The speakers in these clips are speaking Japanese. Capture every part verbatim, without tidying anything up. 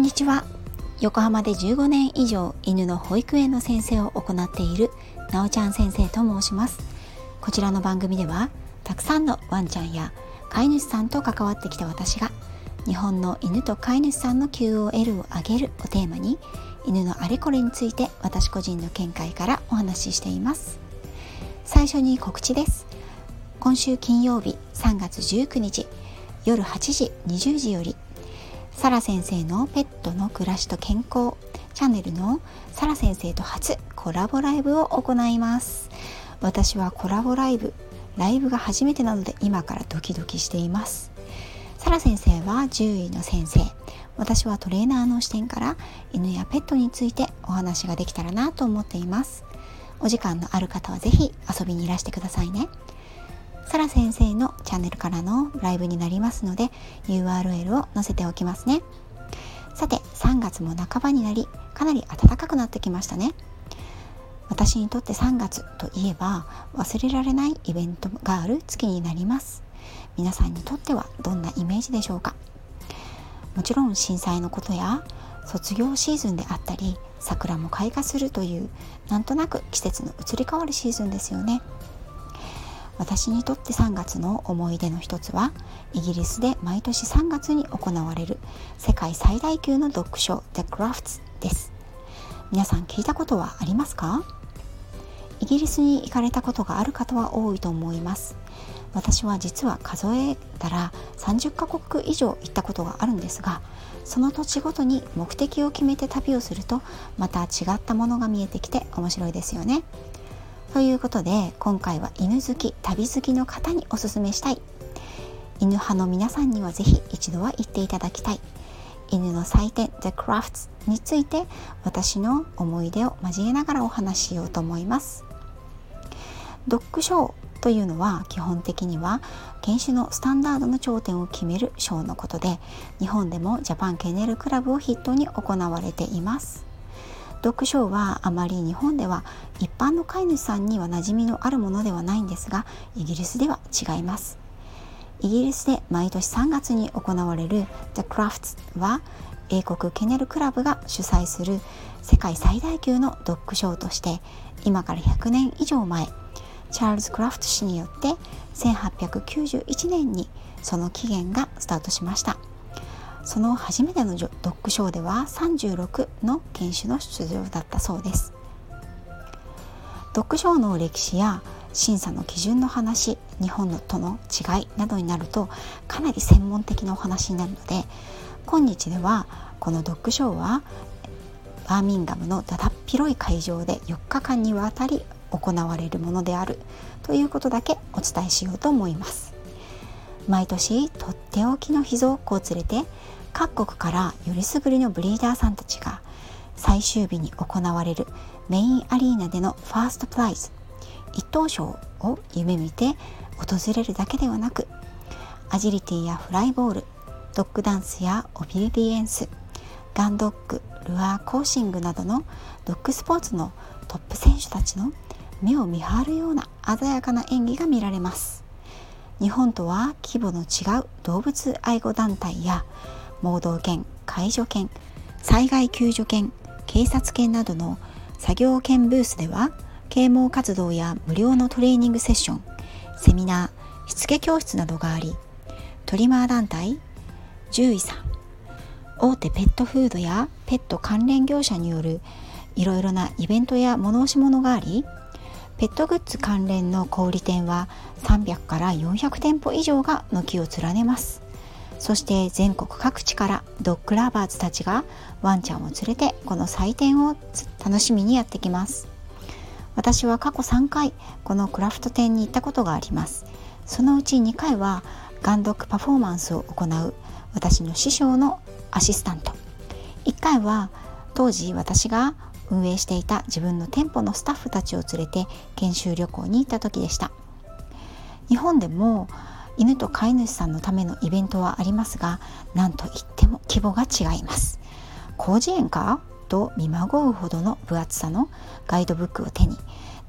にちは。横浜でじゅうごねん以上犬の保育園の先生を行っているなおちゃん先生と申します。こちらの番組ではたくさんのワンちゃんや飼い主さんと関わってきた私が日本の犬と飼い主さんの キューオーエル を上げるをテーマに犬のあれこれについて私個人の見解からお話ししています。最初に告知です。今週金曜日さんがつじゅうくにち夜はちじにじゅうじよりサラ先生のペットの暮らしと健康チャンネルのサラ先生と初コラボライブを行います。私はコラボライブライブが初めてなので今からドキドキしています。サラ先生は獣医の先生、私はトレーナーの視点から犬やペットについてお話ができたらなと思っています。お時間のある方はぜひ遊びにいらしてくださいね。サラ先生のチャンネルからのライブになりますので ユーアールエル を載せておきますね。さて、さんがつも半ばになりかなり暖かくなってきましたね。私にとってさんがつといえば忘れられないイベントがある月になります。皆さんにとってはどんなイメージでしょうか。もちろん震災のことや卒業シーズンであったり桜も開花するというなんとなく季節の移り変わるシーズンですよね。私にとってさんがつの思い出の一つはイギリスで毎年さんがつに行われる世界最大級のドッグショー The Crafts です。皆さん聞いたことはありますか？イギリスに行かれたことがある方は多いと思います。私は実は数えたらさんじゅっかこく以上行ったことがあるんですが、その土地ごとに目的を決めて旅をするとまた違ったものが見えてきて面白いですよね。ということで今回は犬好き旅好きの方におすすめしたい、犬派の皆さんにはぜひ一度は行っていただきたい犬の祭典 The Crafts について私の思い出を交えながらお話ししようと思います。ドッグショーというのは基本的には犬種のスタンダードの頂点を決めるショーのことで、日本でもジャパンケネルクラブを筆頭に行われています。ドッグショーはあまり日本では一般の飼い主さんには馴染みのあるものではないんですが、イギリスでは違います。イギリスで毎年さんがつに行われる The Crafts は英国ケネルクラブが主催する世界最大級のドッグショーとして今からひゃくねん以上前、チャールズ・クラフト氏によってせんはっぴゃくきゅうじゅういちねんにその起源がスタートしました。その初めてのドッグショーではさんじゅうろくの犬種の出場だったそうです。ドッグショーの歴史や審査の基準の話、日本のとの違いなどになるとかなり専門的なお話になるので、今日ではこのドッグショーはバーミンガムのだだっ広い会場でよっかかんにわたり行われるものであるということだけお伝えしようと思います。毎年とっておきの秘蔵っ子を連れて各国からよりすぐりのブリーダーさんたちが最終日に行われるメインアリーナでのファーストプライズ一等賞を夢見て訪れるだけではなく、アジリティやフライボール、ドッグダンスやオビディエンス、ガンドッグ、ルアーコーシングなどのドッグスポーツのトップ選手たちの目を見張るような鮮やかな演技が見られます。日本とは規模の違う動物愛護団体や盲導犬、介助犬、災害救助犬、警察犬などの作業犬ブースでは啓蒙活動や無料のトレーニングセッション、セミナー、しつけ教室などがあり、トリマー団体、獣医さん、大手ペットフードやペット関連業者によるいろいろなイベントや催し物があり、ペットグッズ関連の小売店はさんびゃくからよんひゃくてんぽ以上が軒を連ねます。そして全国各地からドッグラバーズたちがワンちゃんを連れてこの祭典を楽しみにやってきます。私は過去さんかいこのクラフト店に行ったことがあります。そのうちにかいはガンドッグパフォーマンスを行う私の師匠のアシスタント、いっかいは当時私が運営していた自分の店舗のスタッフたちを連れて研修旅行に行った時でした。日本でも犬と飼い主さんのためのイベントはありますが、なんといっても規模が違います。広辞苑かと見まごうほどの分厚さのガイドブックを手に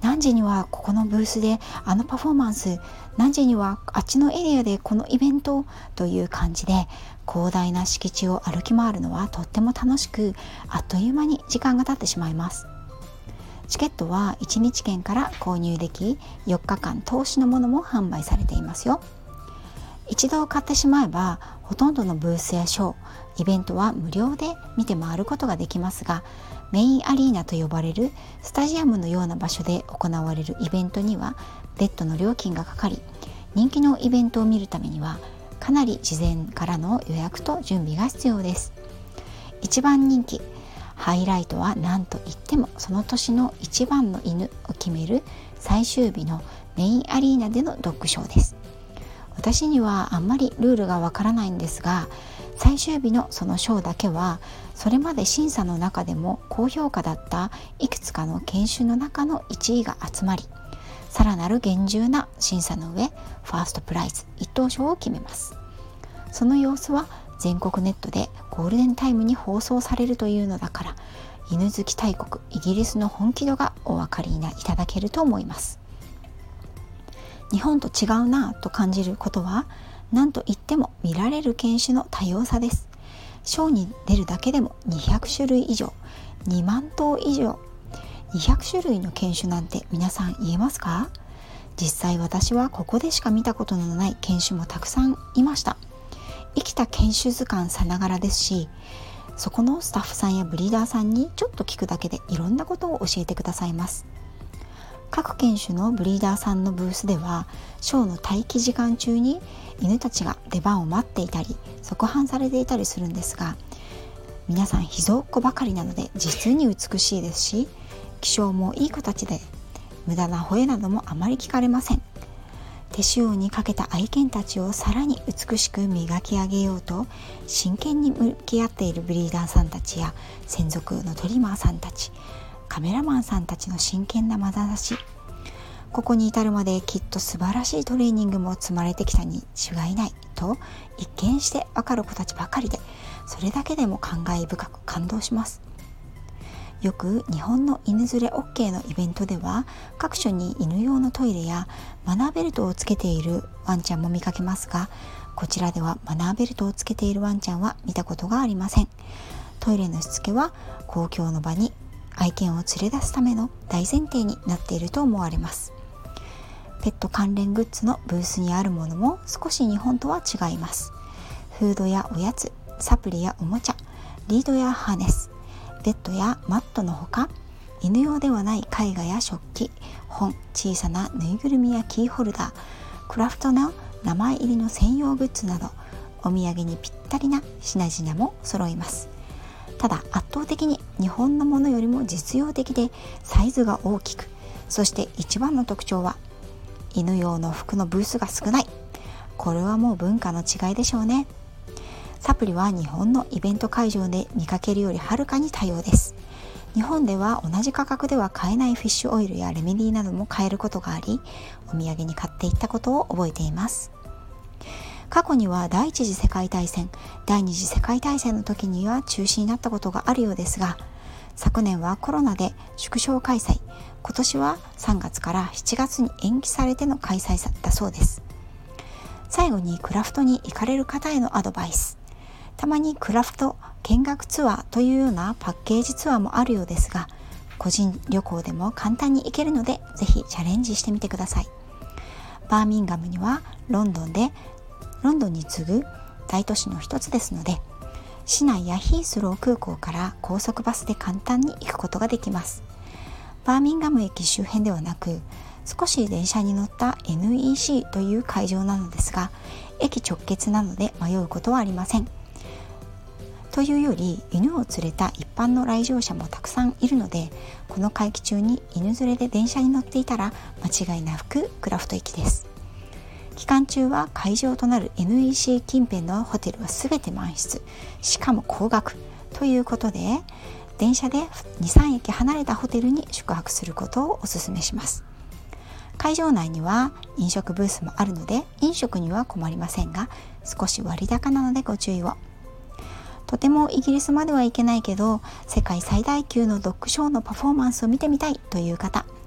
何時にはここのブースであのパフォーマンス、何時にはあっちのエリアでこのイベントという感じで、広大な敷地を歩き回るのはとっても楽しく、あっという間に時間が経ってしまいます。チケットはいちにち券から購入でき、よっかかん投資のものも販売されていますよ。一度買ってしまえばほとんどのブースやショー、イベントは無料で見て回ることができますが、メインアリーナと呼ばれるスタジアムのような場所で行われるイベントには別途の料金がかかり、人気のイベントを見るためにはかなり事前からの予約と準備が必要です。一番人気ハイライトは何といってもその年の一番の犬を決める最終日のメインアリーナでのドッグショーです。私にはあんまりルールがわからないんですが、最終日のそのショーだけはそれまで審査の中でも高評価だったいくつかの犬種の中のいちいが集まり、さらなる厳重な審査の上、ファーストプライズ一等賞を決めます。その様子は全国ネットでゴールデンタイムに放送されるというのだから、犬好き大国イギリスの本気度がお分かりいただけると思います。日本と違うなと感じることは、何といっても見られる犬種の多様さです。ショーに出るだけでもにひゃくしゅるい以上、にまんとう以上、にひゃくしゅるいの犬種なんて皆さん言えますか？実際私はここでしか見たことのない犬種もたくさんいました。生きた犬種図鑑さながらですし、そこのスタッフさんやブリーダーさんにちょっと聞くだけでいろんなことを教えてくださいます。各犬種のブリーダーさんのブースでは、ショーの待機時間中に犬たちが出番を待っていたり側販されていたりするんですが、皆さん秘蔵っ子ばかりなので実に美しいですし、気性もいい子たちで、無駄な吠えなどもあまり聞かれません。手塩にかけた愛犬たちをさらに美しく磨き上げようと真剣に向き合っているブリーダーさんたちや専属のトリマーさんたち、カメラマンさんたちの真剣な眼差し、ここに至るまできっと素晴らしいトレーニングも積まれてきたに違いないと一見してわかる子たちばかりで、それだけでも感慨深く感動します。よく日本の犬連れ OK のイベントでは、各所に犬用のトイレやマナーベルトをつけているワンちゃんも見かけますが、こちらではマナーベルトをつけているワンちゃんは見たことがありません。トイレのしつけは公共の場に愛犬を連れ出すための大前提になっていると思われます。ペット関連グッズのブースにあるものも少し日本とは違います。フードやおやつ、サプリやおもちゃ、リードやハーネス、ベッドやマットのほか、犬用ではない絵画や食器、本、小さなぬいぐるみやキーホルダー、クラフトの名前入りの専用グッズなど、お土産にぴったりな品々も揃います。ただ圧倒的に日本のものよりも実用的でサイズが大きく、そして一番の特徴は犬用の服のブースが少ない。これはもう文化の違いでしょうね。サプリは日本のイベント会場で見かけるよりはるかに多様です。日本では同じ価格では買えないフィッシュオイルやレメディなども買えることがあり、お土産に買っていったことを覚えています。過去には第一次世界大戦、第二次世界大戦の時には中止になったことがあるようですが、昨年はコロナで縮小開催、今年はさんがつからしちがつに延期されての開催だそうです。最後にクラフトに行かれる方へのアドバイス。たまにクラフト見学ツアーというようなパッケージツアーもあるようですが、個人旅行でも簡単に行けるのでぜひチャレンジしてみてください。バーミンガムにはロンドンでロンドンに次ぐ大都市の一つですので、市内やヒースロー空港から高速バスで簡単に行くことができます。バーミンガム駅周辺ではなく、少し電車に乗った エヌイーシー という会場なのですが、駅直結なので迷うことはありません。というより、犬を連れた一般の来場者もたくさんいるので、この会期中に犬連れで電車に乗っていたら間違いなくクラフト駅です。期間中は会場となる エヌイーシー 近辺のホテルはすべて満室、しかも高額ということで、電車でにさんえき離れたホテルに宿泊することをお勧めします。会場内には飲食ブースもあるので、飲食には困りませんが、少し割高なのでご注意を。とてもイギリスまでは行けないけど、世界最大級のドッグショーのパフォーマンスを見てみたいという方、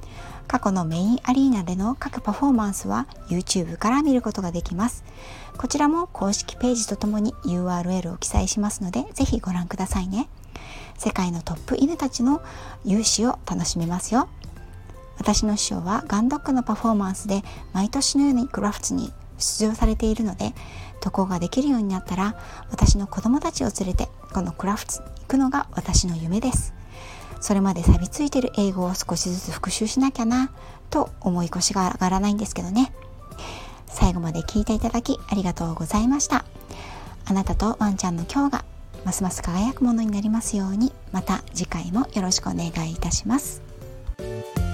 過去のメインアリーナでの各パフォーマンスは YouTube から見ることができます。こちらも公式ページとともに ユーアールエル を記載しますので、ぜひご覧くださいね。世界のトップ犬たちの勇姿を楽しめますよ。私の師匠はガンドッグのパフォーマンスで毎年のようにクラフトに出場されているので、渡航ができるようになったら私の子供たちを連れてこのクラフトに行くのが私の夢です。それまで錆びついている英語を少しずつ復習しなきゃなと思い腰が上がらないんですけどね。最後まで聞いていただきありがとうございました。あなたとワンちゃんの今日がますます輝くものになりますように。また次回もよろしくお願いいたします。